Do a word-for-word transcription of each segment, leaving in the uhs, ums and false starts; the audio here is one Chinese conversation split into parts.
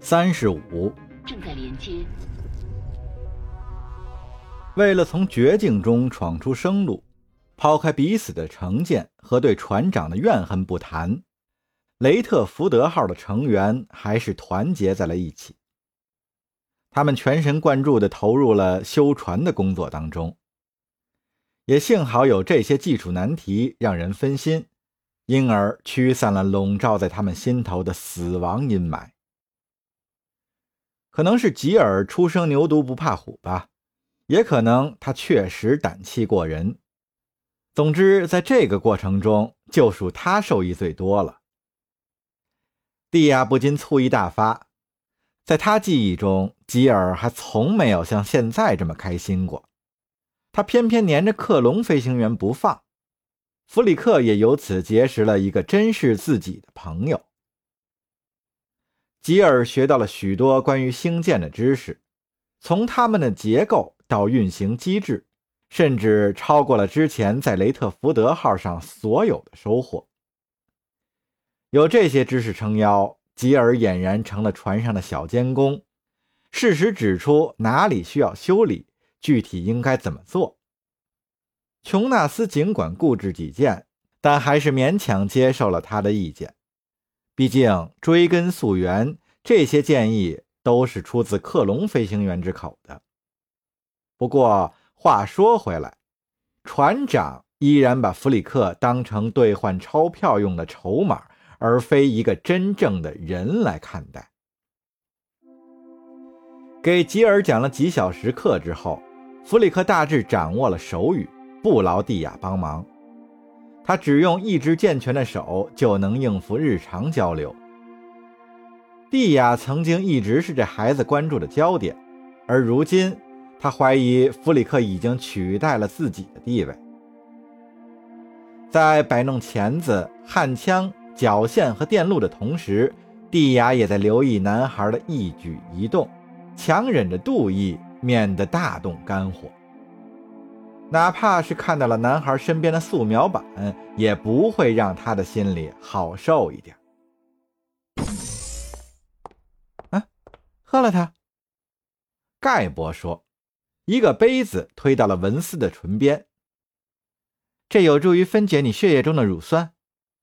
三十五， 正在连接。 为了从绝境中闯出生路，抛开彼此的成见和对船长的怨恨不谈，雷特福德号的成员还是团结在了一起。他们全神贯注地投入了修船的工作当中，也幸好有这些技术难题让人分心，因而驱散了笼罩在他们心头的死亡阴霾。可能是吉尔初生牛犊不怕虎吧，也可能他确实胆气过人。总之，在这个过程中，就属他受益最多了。蒂亚不禁醋意大发，在他记忆中，吉尔还从没有像现在这么开心过。他偏偏黏着克隆飞行员不放，弗里克也由此结识了一个珍视自己的朋友。吉尔学到了许多关于星舰的知识，从它们的结构到运行机制，甚至超过了之前在雷特福德号上所有的收获。有这些知识撑腰，吉尔俨然成了船上的小监工，适时指出哪里需要修理，具体应该怎么做。琼纳斯尽管固执己见，但还是勉强接受了他的意见。毕竟追根溯源，这些建议都是出自克隆飞行员之口的。不过话说回来，船长依然把弗里克当成兑换钞票用的筹码，而非一个真正的人来看待。给吉尔讲了几小时课之后，弗里克大致掌握了手语，不劳蒂亚帮忙。他只用一只健全的手就能应付日常交流。蒂亚曾经一直是这孩子关注的焦点，而如今他怀疑弗里克已经取代了自己的地位。在摆弄钳子、焊枪、绞线和电路的同时，蒂亚也在留意男孩的一举一动，强忍着妒意，免得大动肝火。哪怕是看到了男孩身边的素描板，也不会让他的心里好受一点。啊，喝了它。盖博说，一个杯子推到了文斯的唇边。这有助于分解你血液中的乳酸。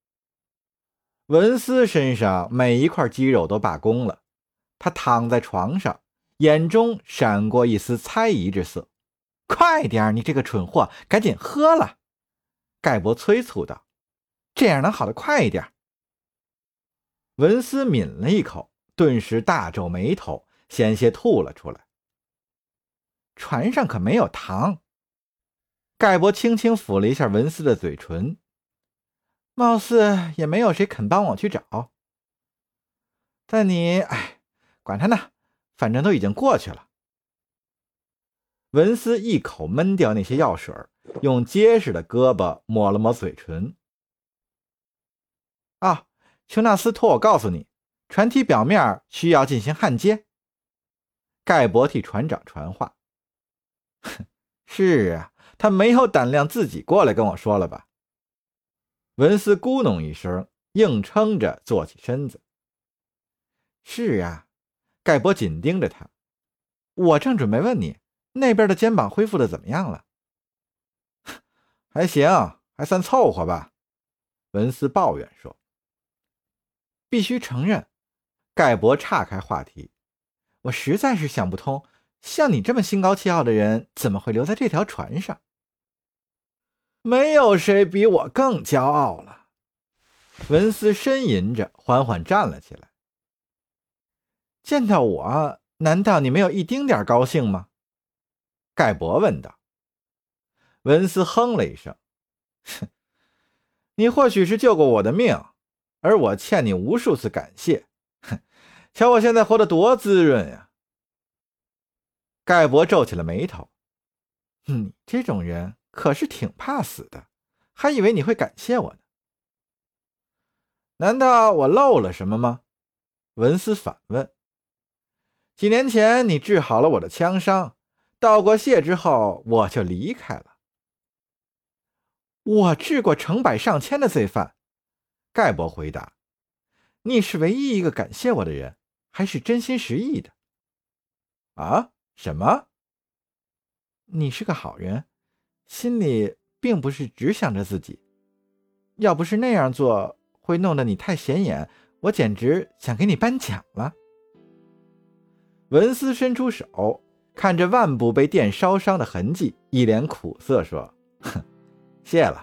文斯身上每一块肌肉都罢工了，他躺在床上，眼中闪过一丝猜疑之色。快点，你这个蠢货，赶紧喝了！盖博催促道，这样能好得快一点。文斯抿了一口，顿时大皱眉头，险些吐了出来。船上可没有糖。盖博轻轻抚了一下文斯的嘴唇，貌似也没有谁肯帮我去找。但你，哎，管他呢，反正都已经过去了。文斯一口闷掉那些药水，用结实的胳膊抹了抹嘴唇。啊，琼纳斯托我告诉你，船体表面需要进行焊接。盖博替船长传话。是啊，他没有胆量自己过来跟我说了吧？文斯咕哝一声，硬撑着坐起身子。是啊，盖博紧盯着他。我正准备问你，那边的肩膀恢复的怎么样了？还行，还算凑合吧。文斯抱怨说。必须承认，盖博岔开话题，我实在是想不通，像你这么心高气傲的人，怎么会留在这条船上？没有谁比我更骄傲了。文斯呻吟着，缓缓站了起来。见到我，难道你没有一丁点高兴吗？盖博问道。文斯哼了一声，哼，你或许是救过我的命，而我欠你无数次感谢。哼，瞧我现在活得多滋润呀！盖博皱起了眉头。你这种人可是挺怕死的，还以为你会感谢我呢。难道我漏了什么吗？文斯反问。几年前你治好了我的枪伤，道过谢之后我就离开了。我治过成百上千的罪犯，盖博回答。你是唯一一个感谢我的人， 还是真心实意的。啊？什么？你是个好人，心里并不是只想着自己。要不是那样做会弄得你太显眼，我简直想给你颁奖了。文斯伸出手，看着腕部被电烧伤的痕迹，一脸苦涩说：哼，谢了。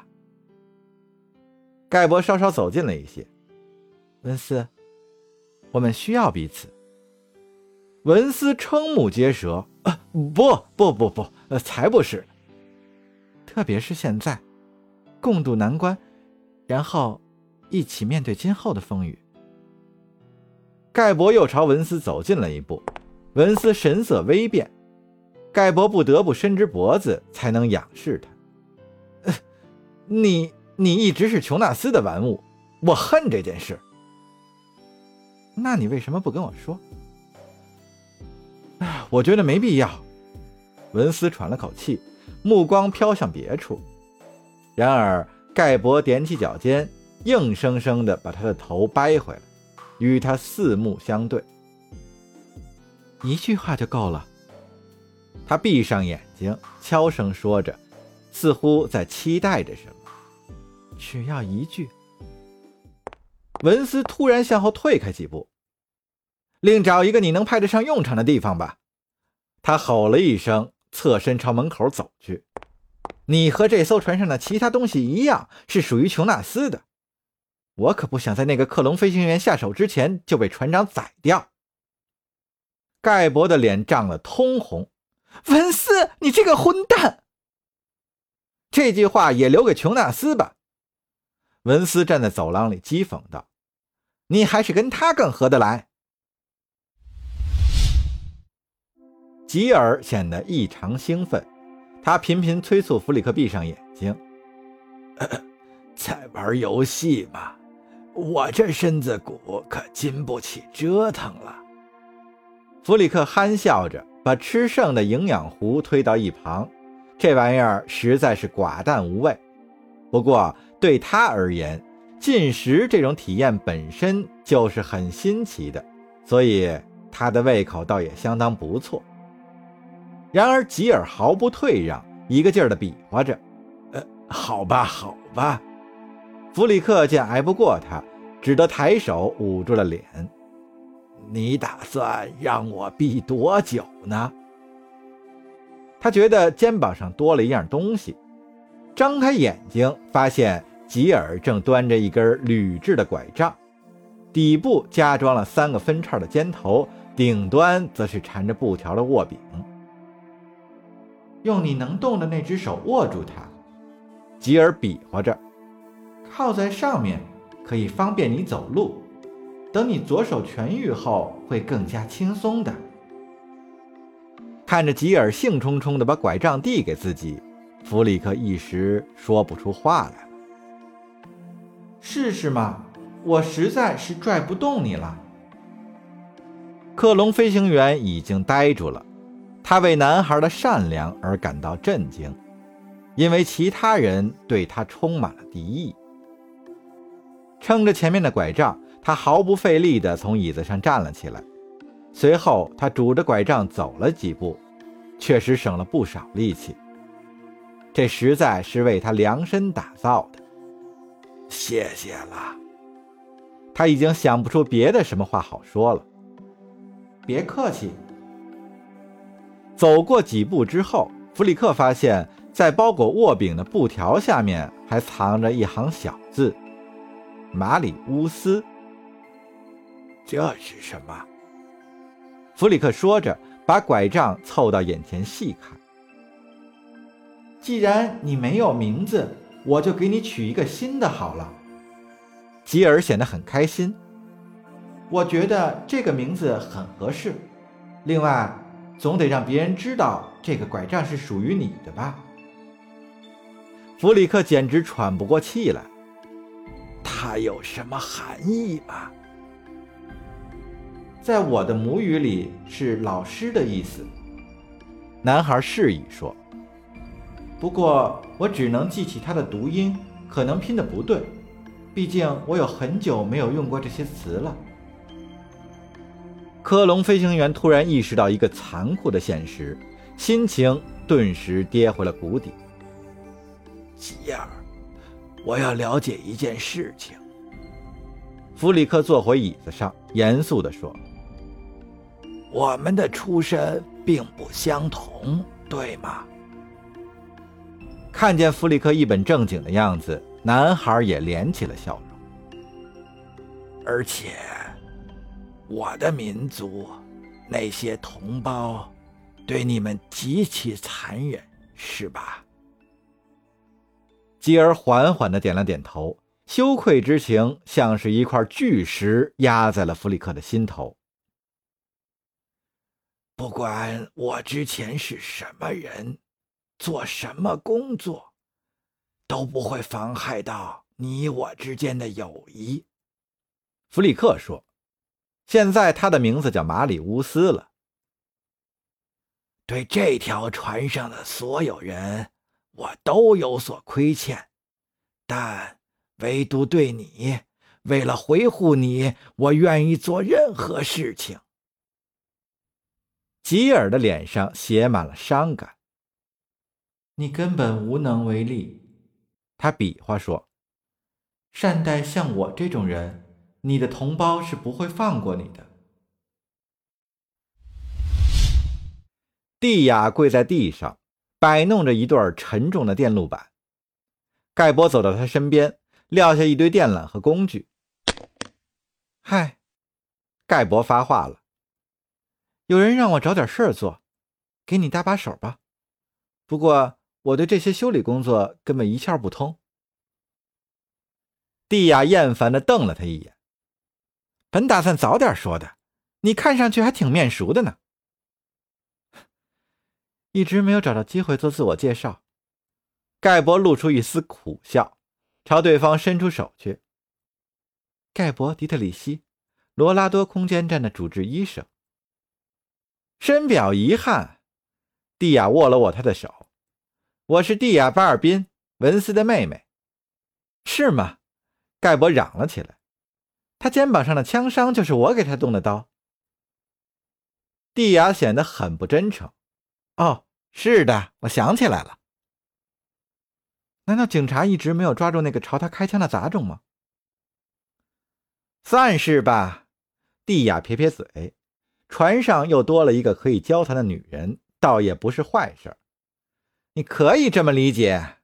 盖博稍稍走近了一些。文斯，我们需要彼此。文斯瞠目结舌，啊，不不不不，呃，才不是。特别是现在，共度难关，然后一起面对今后的风雨。盖博又朝文斯走近了一步，文斯神色微变，盖博不得不伸直脖子才能仰视他。呃、你你一直是琼纳斯的玩物，我恨这件事。那你为什么不跟我说？我觉得没必要。文斯喘了口气，目光飘向别处。然而盖博踮起脚尖，硬生生地把他的头掰回来，与他四目相对。一句话就够了。他闭上眼睛，悄声说着，似乎在期待着什么。只要一句。文斯突然向后退开几步。另找一个你能派得上用场的地方吧。他吼了一声，侧身朝门口走去。你和这艘船上的其他东西一样，是属于琼纳斯的。我可不想在那个克隆飞行员下手之前就被船长宰掉。盖博的脸涨了通红。文斯，你这个混蛋！这句话也留给琼纳斯吧。文斯站在走廊里讥讽道：你还是跟他更合得来。吉尔显得异常兴奋，他频频催促弗里克闭上眼睛。在玩游戏嘛，我这身子骨可经不起折腾了。弗里克憨笑着把吃剩的营养壶推到一旁，这玩意儿实在是寡淡无味。不过对他而言，进食这种体验本身就是很新奇的，所以他的胃口倒也相当不错。然而吉尔毫不退让，一个劲儿地比划着。呃，好吧好吧。弗里克见挨不过他，只得抬手捂住了脸。你打算让我避多久呢？他觉得肩膀上多了一样东西，张开眼睛发现吉尔正端着一根铝制的拐杖，底部加装了三个分叉的尖头，顶端则是缠着布条的握柄。用你能动的那只手握住它，吉尔比划着，靠在上面可以方便你走路，等你左手痊愈后会更加轻松的。看着吉尔兴冲冲地把拐杖递给自己，弗里克一时说不出话来了。试试嘛，我实在是拽不动你了。克隆飞行员已经呆住了，他为男孩的善良而感到震惊，因为其他人对他充满了敌意。撑着前面的拐杖，他毫不费力地从椅子上站了起来，随后他拄着拐杖走了几步，确实省了不少力气。这实在是为他量身打造的。谢谢了。他已经想不出别的什么话好说了。别客气。走过几步之后，弗里克发现在包裹握柄的布条下面还藏着一行小字：马里乌斯。这是什么？弗里克说着，把拐杖凑到眼前细看。既然你没有名字，我就给你取一个新的好了。吉尔显得很开心。我觉得这个名字很合适，另外总得让别人知道这个拐杖是属于你的吧。弗里克简直喘不过气来。它有什么含义吗？在我的母语里是老师的意思。男孩示意说。不过我只能记起它的读音，可能拼得不对，毕竟我有很久没有用过这些词了。 科隆飞行员突然意识到一个残酷的现实，心情顿时跌回了谷底。 吉尔，我要了解一件事情。 弗里克坐回椅子上，严肃地说： 我们的出身并不相同，对吗？ 看见弗里克一本正经的样子，男孩也敛起了笑容。 而且我的民族那些同胞对你们极其残忍，是吧？ 吉尔缓缓地点了点头，羞愧之情像是一块巨石压在了弗里克的心头。 不管我之前是什么人，做什么工作，都不会妨害到你我之间的友谊。 弗里克说，现在他的名字叫马里乌斯了。 对这条船上的所有人，我都有所亏欠，但唯独对你，为了维护你，我愿意做任何事情。 吉尔的脸上写满了伤感。 你根本无能为力， 他比划说， 善待像我这种人，你的同胞是不会放过你的。 蒂亚跪在地上，摆弄着一对沉重的电路板。盖博走到他身边，撂下一堆电缆和工具。嗨，盖博发话了，有人让我找点事儿做，给你搭把手吧。不过我对这些修理工作根本一窍不通。蒂亚厌烦地瞪了他一眼，本打算早点说的，你看上去还挺面熟的呢。一直没有找到机会做自我介绍。盖博露出一丝苦笑，朝对方伸出手去。盖博·迪特里希，罗拉多空间站的主治医生。深表遗憾。蒂亚握了握他的手。我是蒂亚·巴尔宾，文斯的妹妹。是吗？盖博嚷了起来。他肩膀上的枪伤就是我给他动的刀。蒂亚显得很不真诚。哦，是的，我想起来了。难道警察一直没有抓住那个朝他开枪的杂种吗？算是吧。蒂亚撇撇嘴，船上又多了一个可以交谈的女人，倒也不是坏事。你可以这么理解。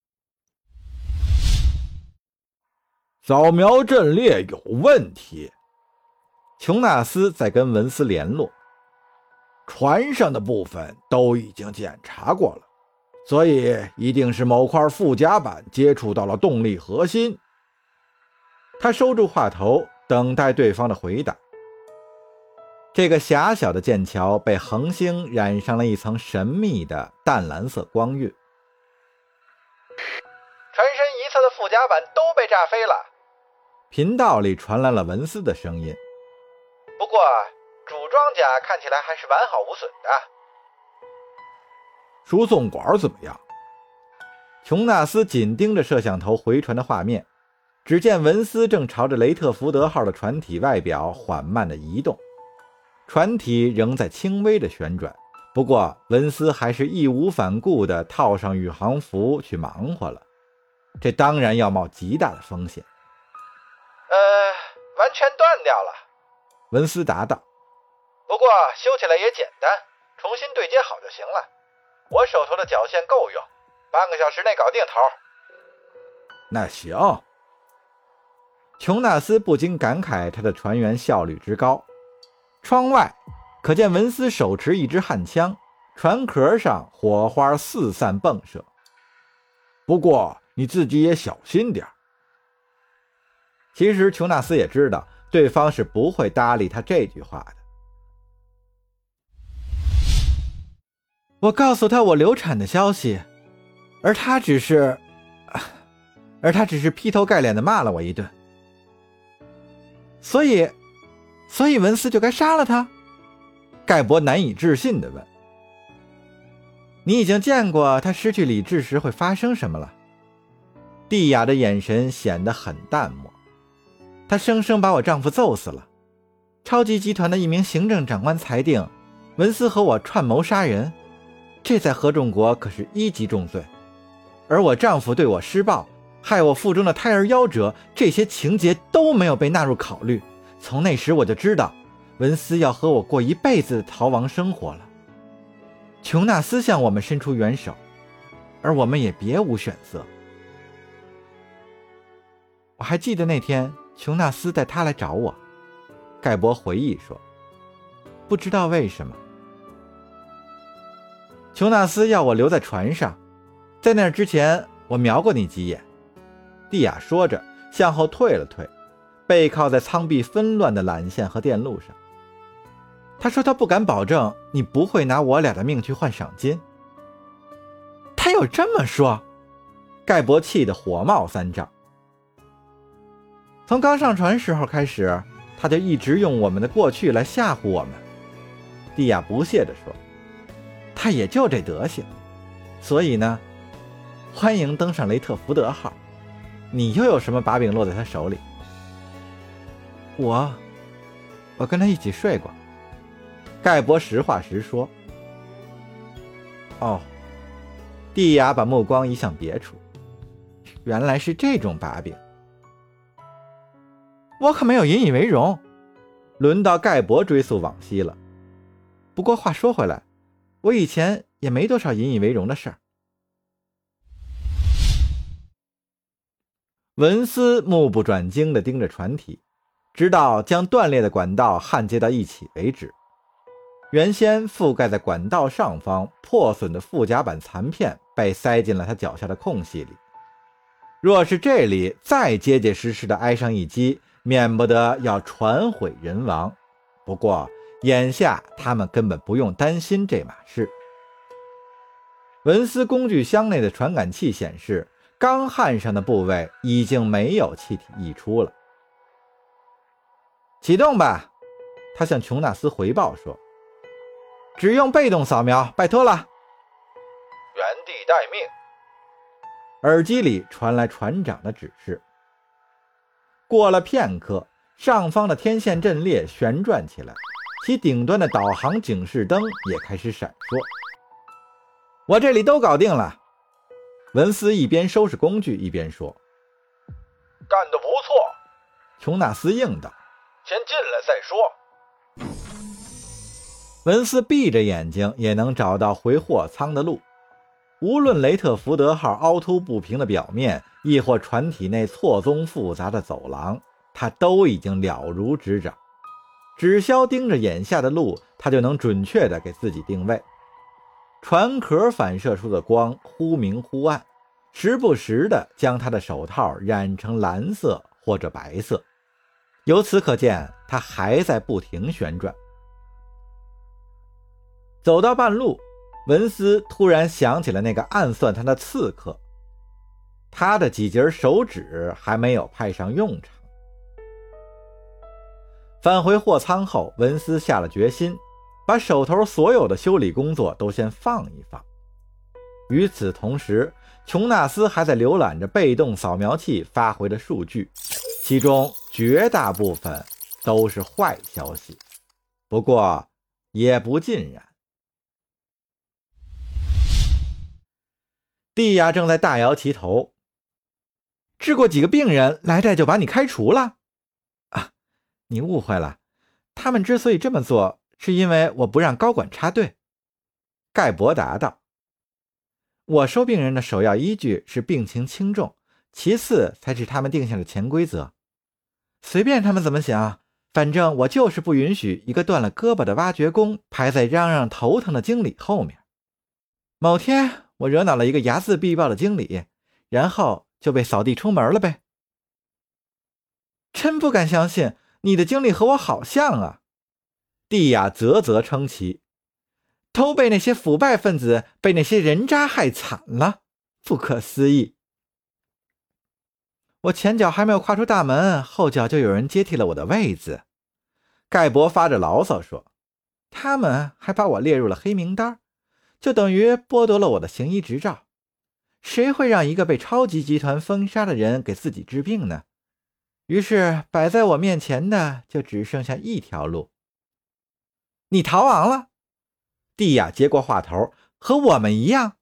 扫描阵列有问题。 琼纳斯在跟文斯联络。 船上的部分都已经检查过了，所以一定是某块附加板接触到了动力核心。 他收住话头，等待对方的回答。这个狭小的剑桥被恒星染上了一层神秘的淡蓝色光晕。 船身一侧的附加板都被炸飞了。 频道里传来了文斯的声音。 不过主装甲看起来还是完好无损的。 输送管怎么样？ 琼纳斯紧盯着摄像头回传的画面，只见文斯正朝着雷特福德号的船体外表缓慢地移动，船体仍在轻微的旋转，不过文斯还是义无反顾地套上宇航服去忙活了，这当然要冒极大的风险。 呃，完全断掉了。 文斯答道。 不过修起来也简单，重新对接好就行了。我手头的绞线够用，半个小时内搞定头。 那行。 琼纳斯不禁感慨他的船员效率之高。窗外可见文斯手持一支焊枪，船壳上火花四散迸射。 不过你自己也小心点。 其实琼纳斯也知道对方是不会搭理他这句话的。我告诉他我流产的消息，而他只是而他只是劈头盖脸的骂了我一顿。所以所以文斯就该杀了他？盖博难以置信地问。你已经见过他失去理智时会发生什么了。蒂亚的眼神显得很淡漠。他生生把我丈夫揍死了。 超级集团的一名行政长官裁定文斯和我串谋杀人，这在合众国可是一级重罪。而我丈夫对我施暴，害我腹中的胎儿夭折，这些情节都没有被纳入考虑。从那时我就知道文斯要和我过一辈子的逃亡生活了。琼纳斯向我们伸出援手，而我们也别无选择。我还记得那天琼纳斯带他来找我，盖博回忆说，不知道为什么琼纳斯要我留在船上，在那之前我瞄过你几眼。蒂亚说着向后退了退，背靠在舱壁纷乱的缆线和电路上。他说他不敢保证你不会拿我俩的命去换赏金。他有这么说？盖博气得火冒三丈。从刚上船时候开始，他就一直用我们的过去来吓唬我们。蒂亚不屑地说，他也就这德行。所以呢，欢迎登上雷特福德号，你又有什么把柄落在他手里？我我跟他一起睡过。盖博实话实说。哦，蒂亚把目光移向别处，原来是这种把柄。我可没有引以为荣。轮到盖博追溯往昔了。不过话说回来，我以前也没多少引以为荣的事儿。文斯目不转睛地盯着船体，直到将断裂的管道焊接到一起为止。原先覆盖在管道上方破损的副甲板残片被塞进了他脚下的空隙里。若是这里再结结实实地挨上一击，免不得要船毁人亡。不过眼下他们根本不用担心这码事。文斯工具箱内的传感器显示，刚焊上的部位已经没有气体溢出了。启动吧，他向琼纳斯回报说，只用被动扫描，拜托了。 原地待命。 耳机里传来船长的指示。过了片刻，上方的天线阵列旋转起来，其顶端的导航警示灯也开始闪烁。我这里都搞定了。文斯一边收拾工具一边说， 干得不错。 琼纳斯应道， 先进来再说。 文斯闭着眼睛也能找到回货舱的路。无论雷特福德号凹凸不平的表面，亦或船体内错综复杂的走廊，他都已经了如指掌。只消盯着眼下的路，他就能准确地给自己定位。船壳反射出的光忽明忽暗，时不时地将他的手套染成蓝色或者白色。由此可见，他还在不停旋转。走到半路，文斯突然想起了那个暗算他的刺客，他的几节手指还没有派上用场。返回货舱后，文斯下了决心，把手头所有的修理工作都先放一放。与此同时，琼纳斯还在浏览着被动扫描器发回的数据，其中绝大部分都是坏消息，不过也不尽然。蒂亚正在大摇其头，治过几个病人，来这就把你开除了？啊，你误会了，他们之所以这么做，是因为我不让高管插队。盖博答道，我收病人的首要依据是病情轻重，其次才是他们定下的潜规则。随便他们怎么想，反正我就是不允许一个断了胳膊的挖掘工排在嚷嚷头疼的经理后面。某天我惹恼了一个睚眦必报的经理，然后就被扫地出门了呗。真不敢相信，你的经历和我好像啊。蒂亚啧啧称奇，都被那些腐败分子，被那些人渣害惨了，不可思议。我前脚还没有跨出大门，后脚就有人接替了我的位子。盖博发着牢骚说，他们还把我列入了黑名单，就等于剥夺了我的行医执照。谁会让一个被超级集团封杀的人给自己治病呢？ 于是摆在我面前的就只剩下一条路。你逃亡了？蒂亚接过话头，和我们一样。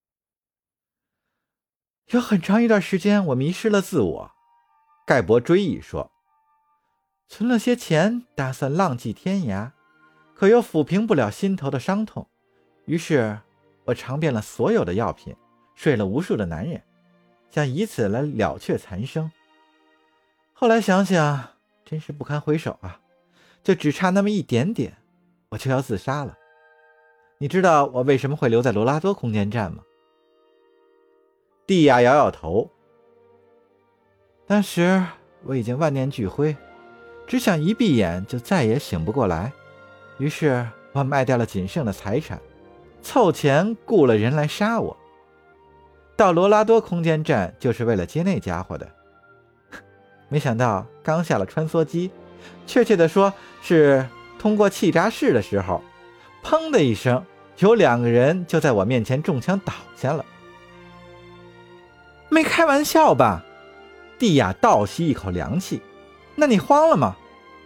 有很长一段时间我迷失了自我，盖博追忆说，存了些钱，打算浪迹天涯，可又抚平不了心头的伤痛，于是我尝遍了所有的药品，睡了无数的男人，想以此来了却残生。后来想想，真是不堪回首啊，就只差那么一点点，我就要自杀了。你知道我为什么会留在罗拉多空间站吗？蒂亚摇摇头。当时我已经万念俱灰，只想一闭眼就再也醒不过来，于是我卖掉了仅剩的财产，凑钱雇了人来杀我。到罗拉多空间站就是为了接那家伙的。没想到刚下了穿梭机，确切的说是通过气闸室的时候，砰的一声，有两个人就在我面前中枪倒下了。没开玩笑吧？蒂亚倒吸一口凉气。那你慌了吗？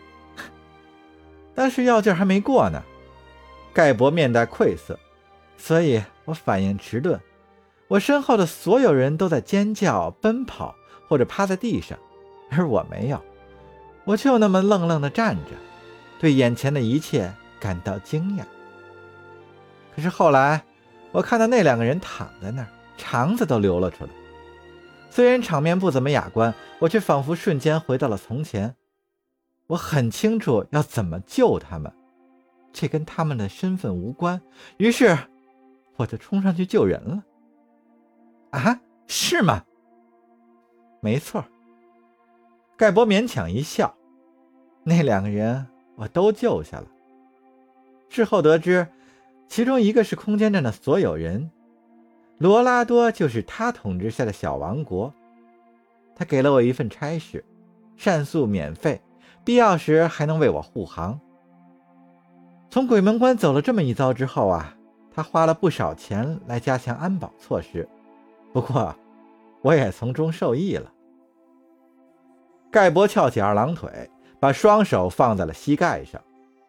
当时药劲还没过呢。盖博面带愧色，所以我反应迟钝。我身后的所有人都在尖叫、奔跑或者趴在地上，而我没有，我就那么愣愣地站着，对眼前的一切感到惊讶。可是后来我看到那两个人躺在那儿，肠子都流了出来。虽然场面不怎么雅观，我却仿佛瞬间回到了从前。我很清楚要怎么救他们，这跟他们的身份无关，于是我就冲上去救人了。啊，是吗？没错。盖博勉强一笑，那两个人我都救下了。事后得知，其中一个是空间站的所有人，罗拉多就是他统治下的小王国。他给了我一份差事，膳宿免费，必要时还能为我护航。从鬼门关走了这么一遭之后啊，他花了不少钱来加强安保措施，不过我也从中受益了。盖博翘起二郎腿，把双手放在了膝盖上。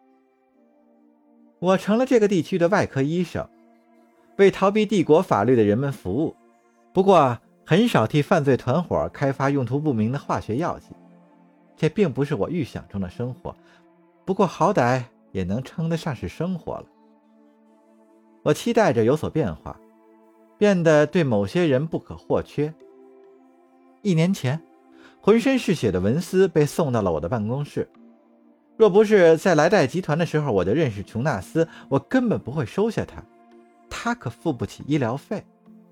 我成了这个地区的外科医生，为逃避帝国法律的人们服务，不过很少替犯罪团伙开发用途不明的化学药剂。这并不是我预想中的生活，不过好歹也能称得上是生活了。我期待着有所变化，变得对某些人不可或缺。一年前，浑身是血的文斯被送到了我的办公室。若不是在莱代集团的时候我就认识琼纳斯，我根本不会收下他，他可付不起医疗费。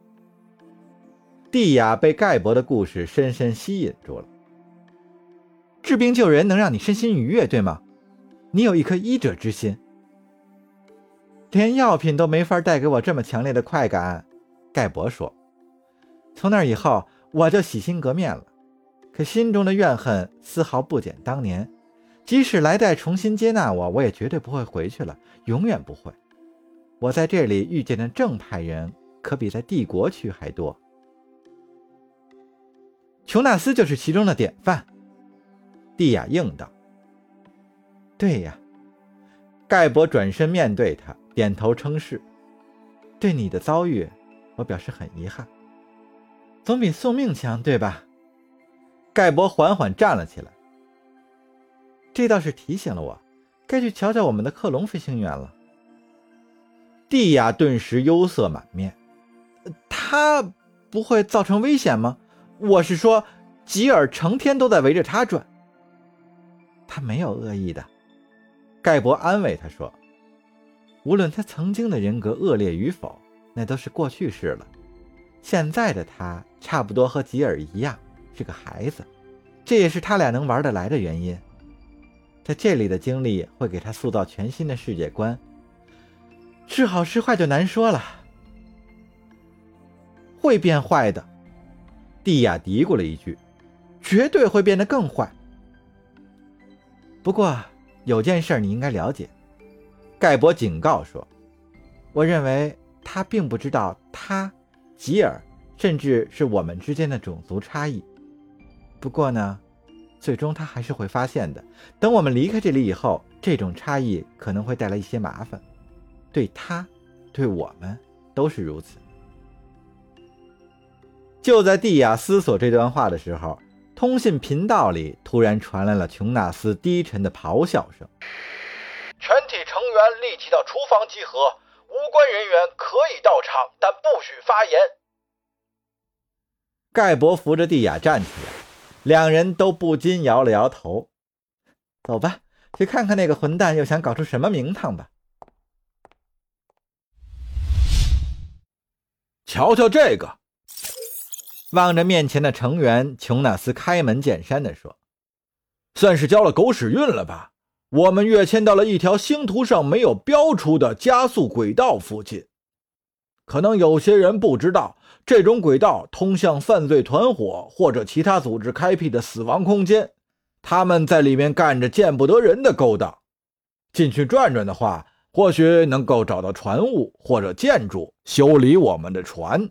蒂亚被盖博的故事深深吸引住了。治病救人能让你身心愉悦，对吗？你有一颗医者之心。连药品都没法带给我这么强烈的快感，盖博说。从那以后我就洗心革面了，可心中的怨恨丝毫不减当年。即使莱代重新接纳我，我也绝对不会回去了，永远不会。我在这里遇见的正派人可比在帝国区还多。琼纳斯就是其中的典范，蒂亚应道。对呀。盖博转身面对他，点头称是。对你的遭遇，我表示很遗憾。总比送命强，对吧？盖博缓缓站了起来。这倒是提醒了我，该去瞧瞧我们的克隆飞行员了。蒂亚顿时忧色满面。他不会造成危险吗？我是说，吉尔成天都在围着他转。他没有恶意的，盖博安慰他说，无论他曾经的人格恶劣与否，那都是过去式了。现在的他差不多和吉尔一样，是个孩子，这也是他俩能玩得来的原因。在这里的经历会给他塑造全新的世界观，是好是坏就难说了。会变坏的，蒂亚嘀咕了一句，绝对会变得更坏。不过有件事你应该了解，盖博警告说，我认为他并不知道他、吉尔，甚至是我们之间的种族差异。不过呢， 最终他还是会发现的。等我们离开这里以后，这种差异可能会带来一些麻烦，对他，对我们都是如此。就在蒂亚思索这段话的时候，通信频道里突然传来了琼纳斯低沉的咆哮声： 全体成员立即到厨房集合，无关人员可以到场，但不许发言。 盖博扶着蒂亚站起来，两人都不禁摇了摇头。走吧，去看看那个混蛋又想搞出什么名堂吧。 瞧瞧这个！ 望着面前的成员，琼纳斯开门见山地说： 算是交了狗屎运了吧？我们跃迁到了一条星图上没有标出的加速轨道附近。可能有些人不知道，这种轨道通向犯罪团伙或者其他组织开辟的死亡空间，他们在里面干着见不得人的勾当。进去转转的话，或许能够找到船坞或者建筑，修理我们的船。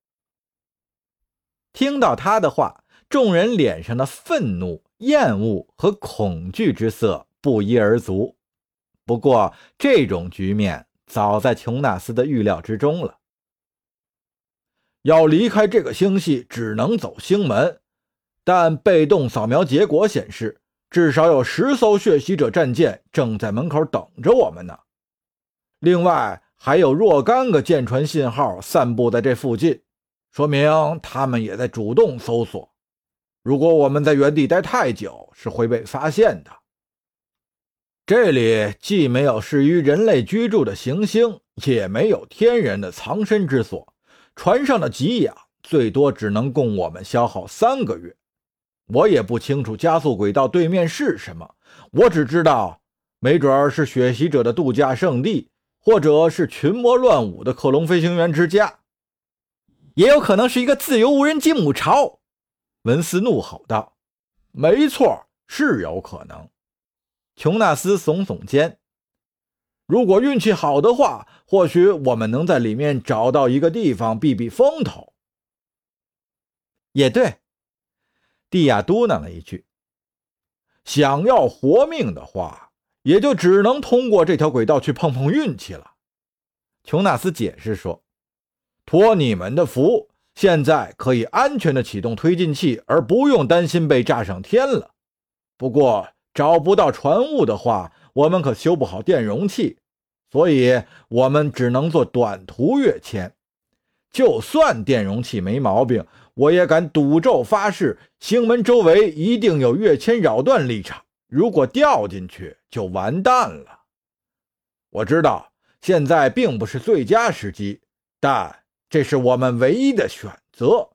听到他的话，众人脸上的愤怒、厌恶和恐惧之色不一而足。不过这种局面早在琼纳斯的预料之中了。 要离开这个星系只能走星门，但被动扫描结果显示，至少有十艘血洗者战舰正在门口等着我们呢。另外还有若干个舰船信号散布在这附近，说明他们也在主动搜索。如果我们在原地待太久，是会被发现的。这里既没有适于人类居住的行星，也没有天然的藏身之所，船上的给养最多只能供我们消耗三个月。我也不清楚加速轨道对面是什么，我只知道没准是血洗者的度假胜地，或者是群魔乱舞的克隆飞行员之家， 也有可能是一个自由无人机母巢。 文斯怒吼道：没错，是有可能。 琼纳斯耸耸肩， 如果运气好的话，或许我们能在里面找到一个地方避避风头。 也对，蒂亚嘟囔了一句。 想要活命的话，也就只能通过这条轨道去碰碰运气了。 琼纳斯解释说： 托你们的福，现在可以安全地启动推进器，而不用担心被炸上天了。不过找不到船坞的话，我们可修不好电容器，所以我们只能做短途跃迁。就算电容器没毛病，我也敢赌咒发誓，星门周围一定有跃迁扰断立场，如果掉进去就完蛋了。我知道现在并不是最佳时机，但这是我们唯一的选择。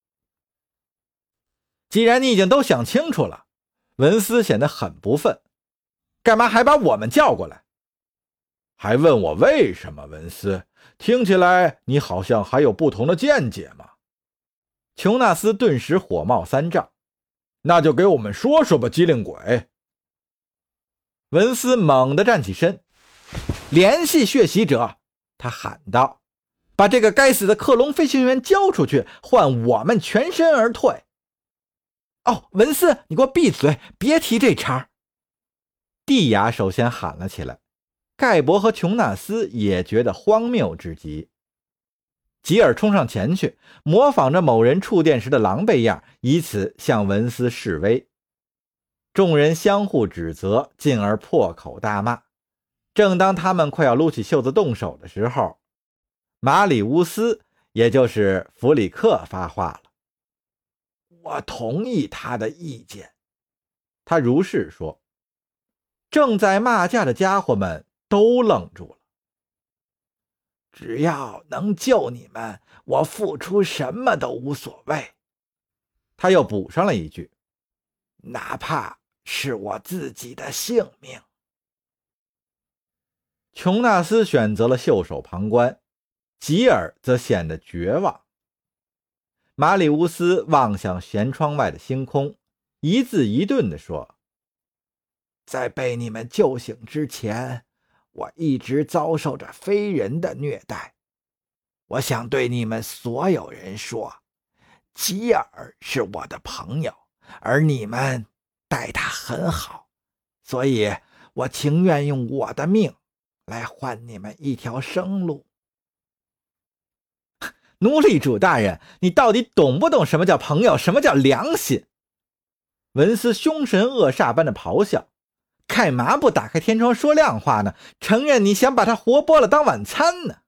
既然你已经都想清楚了，文斯显得很不忿，干嘛还把我们叫过来？ 还问我为什么？文斯，听起来你好像还有不同的见解嘛。 琼纳斯顿时火冒三丈。 那就给我们说说吧，机灵鬼。 文斯猛地站起身，联系血洗者，他喊道，把这个该死的克隆飞行员交出去，换我们全身而退。哦，文斯，你给我闭嘴，别提这茬。蒂亚首先喊了起来，盖博和琼纳斯也觉得荒谬至极。吉尔冲上前去，模仿着某人触电时的狼狈样，以此向文斯示威。众人相互指责，进而破口大骂。正当他们快要撸起袖子动手的时候，马里乌斯，也就是弗里克发话了。 我同意他的意见， 他如是说。正在骂架的家伙们都愣住了。 只要能救你们，我付出什么都无所谓。 他又补上了一句， 哪怕是我自己的性命。 琼纳斯选择了袖手旁观，吉尔则显得绝望。马里乌斯望向舷窗外的星空，一字一顿地说： 在被你们救醒之前，我一直遭受着非人的虐待。我想对你们所有人说，吉尔是我的朋友，而你们待他很好，所以我情愿用我的命来换你们一条生路。 奴隶主大人，你到底懂不懂什么叫朋友，什么叫良心？文斯凶神恶煞般的咆哮，干嘛不打开天窗说亮话呢？承认你想把他活剥了当晚餐呢？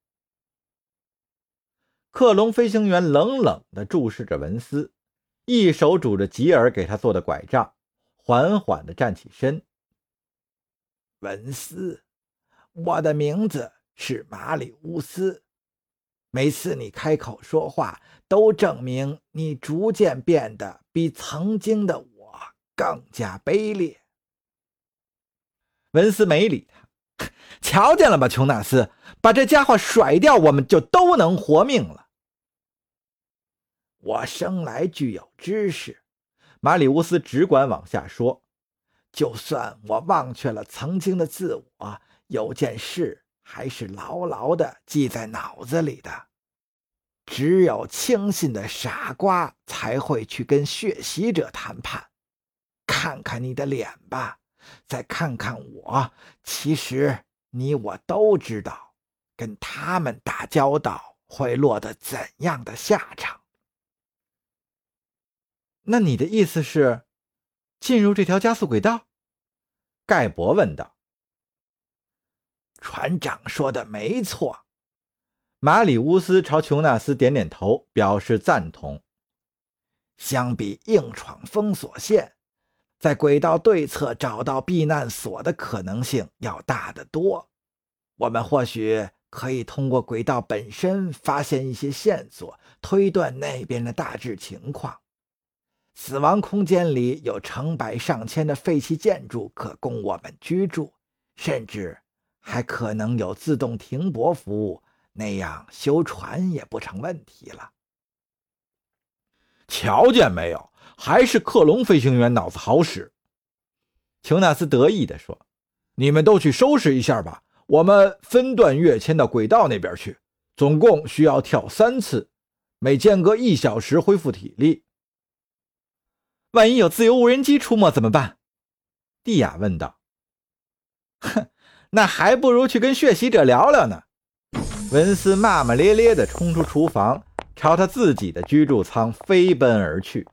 克隆飞行员冷冷地注视着文斯，一手拄着吉尔给他做的拐杖，缓缓地站起身。 文斯，我的名字是马里乌斯。每次你开口说话，都证明你逐渐变得比曾经的我更加卑劣。 文斯没理他，瞧见了吧，琼纳斯，把这家伙甩掉，我们就都能活命了。 我生来具有知识， 马里乌斯只管往下说。 就算我忘却了曾经的自我，有件事还是牢牢地记在脑子里的。只有轻信的傻瓜才会去跟血洗者谈判。看看你的脸吧，再看看我，其实你我都知道，跟他们打交道会落得怎样的下场。 那你的意思是进入这条加速轨道？盖博问道。 船长说的没错。 马里乌斯朝琼纳斯点点头，表示赞同。 相比硬闯封锁线，在轨道对侧找到避难所的可能性要大得多。我们或许可以通过轨道本身发现一些线索，推断那边的大致情况。死亡空间里有成百上千的废弃建筑可供我们居住，甚至还可能有自动停泊服务，那样修船也不成问题了。 瞧见没有，还是克隆飞行员脑子好使。琼纳斯得意地说，你们都去收拾一下吧，我们分段跃迁到轨道那边去，总共需要跳三次，每间隔一小时恢复体力。万一有自由无人机出没怎么办？蒂亚问道。哼，那还不如去跟血洗者聊聊呢。文斯骂骂咧咧地冲出厨房，朝他自己的居住舱飞奔而去。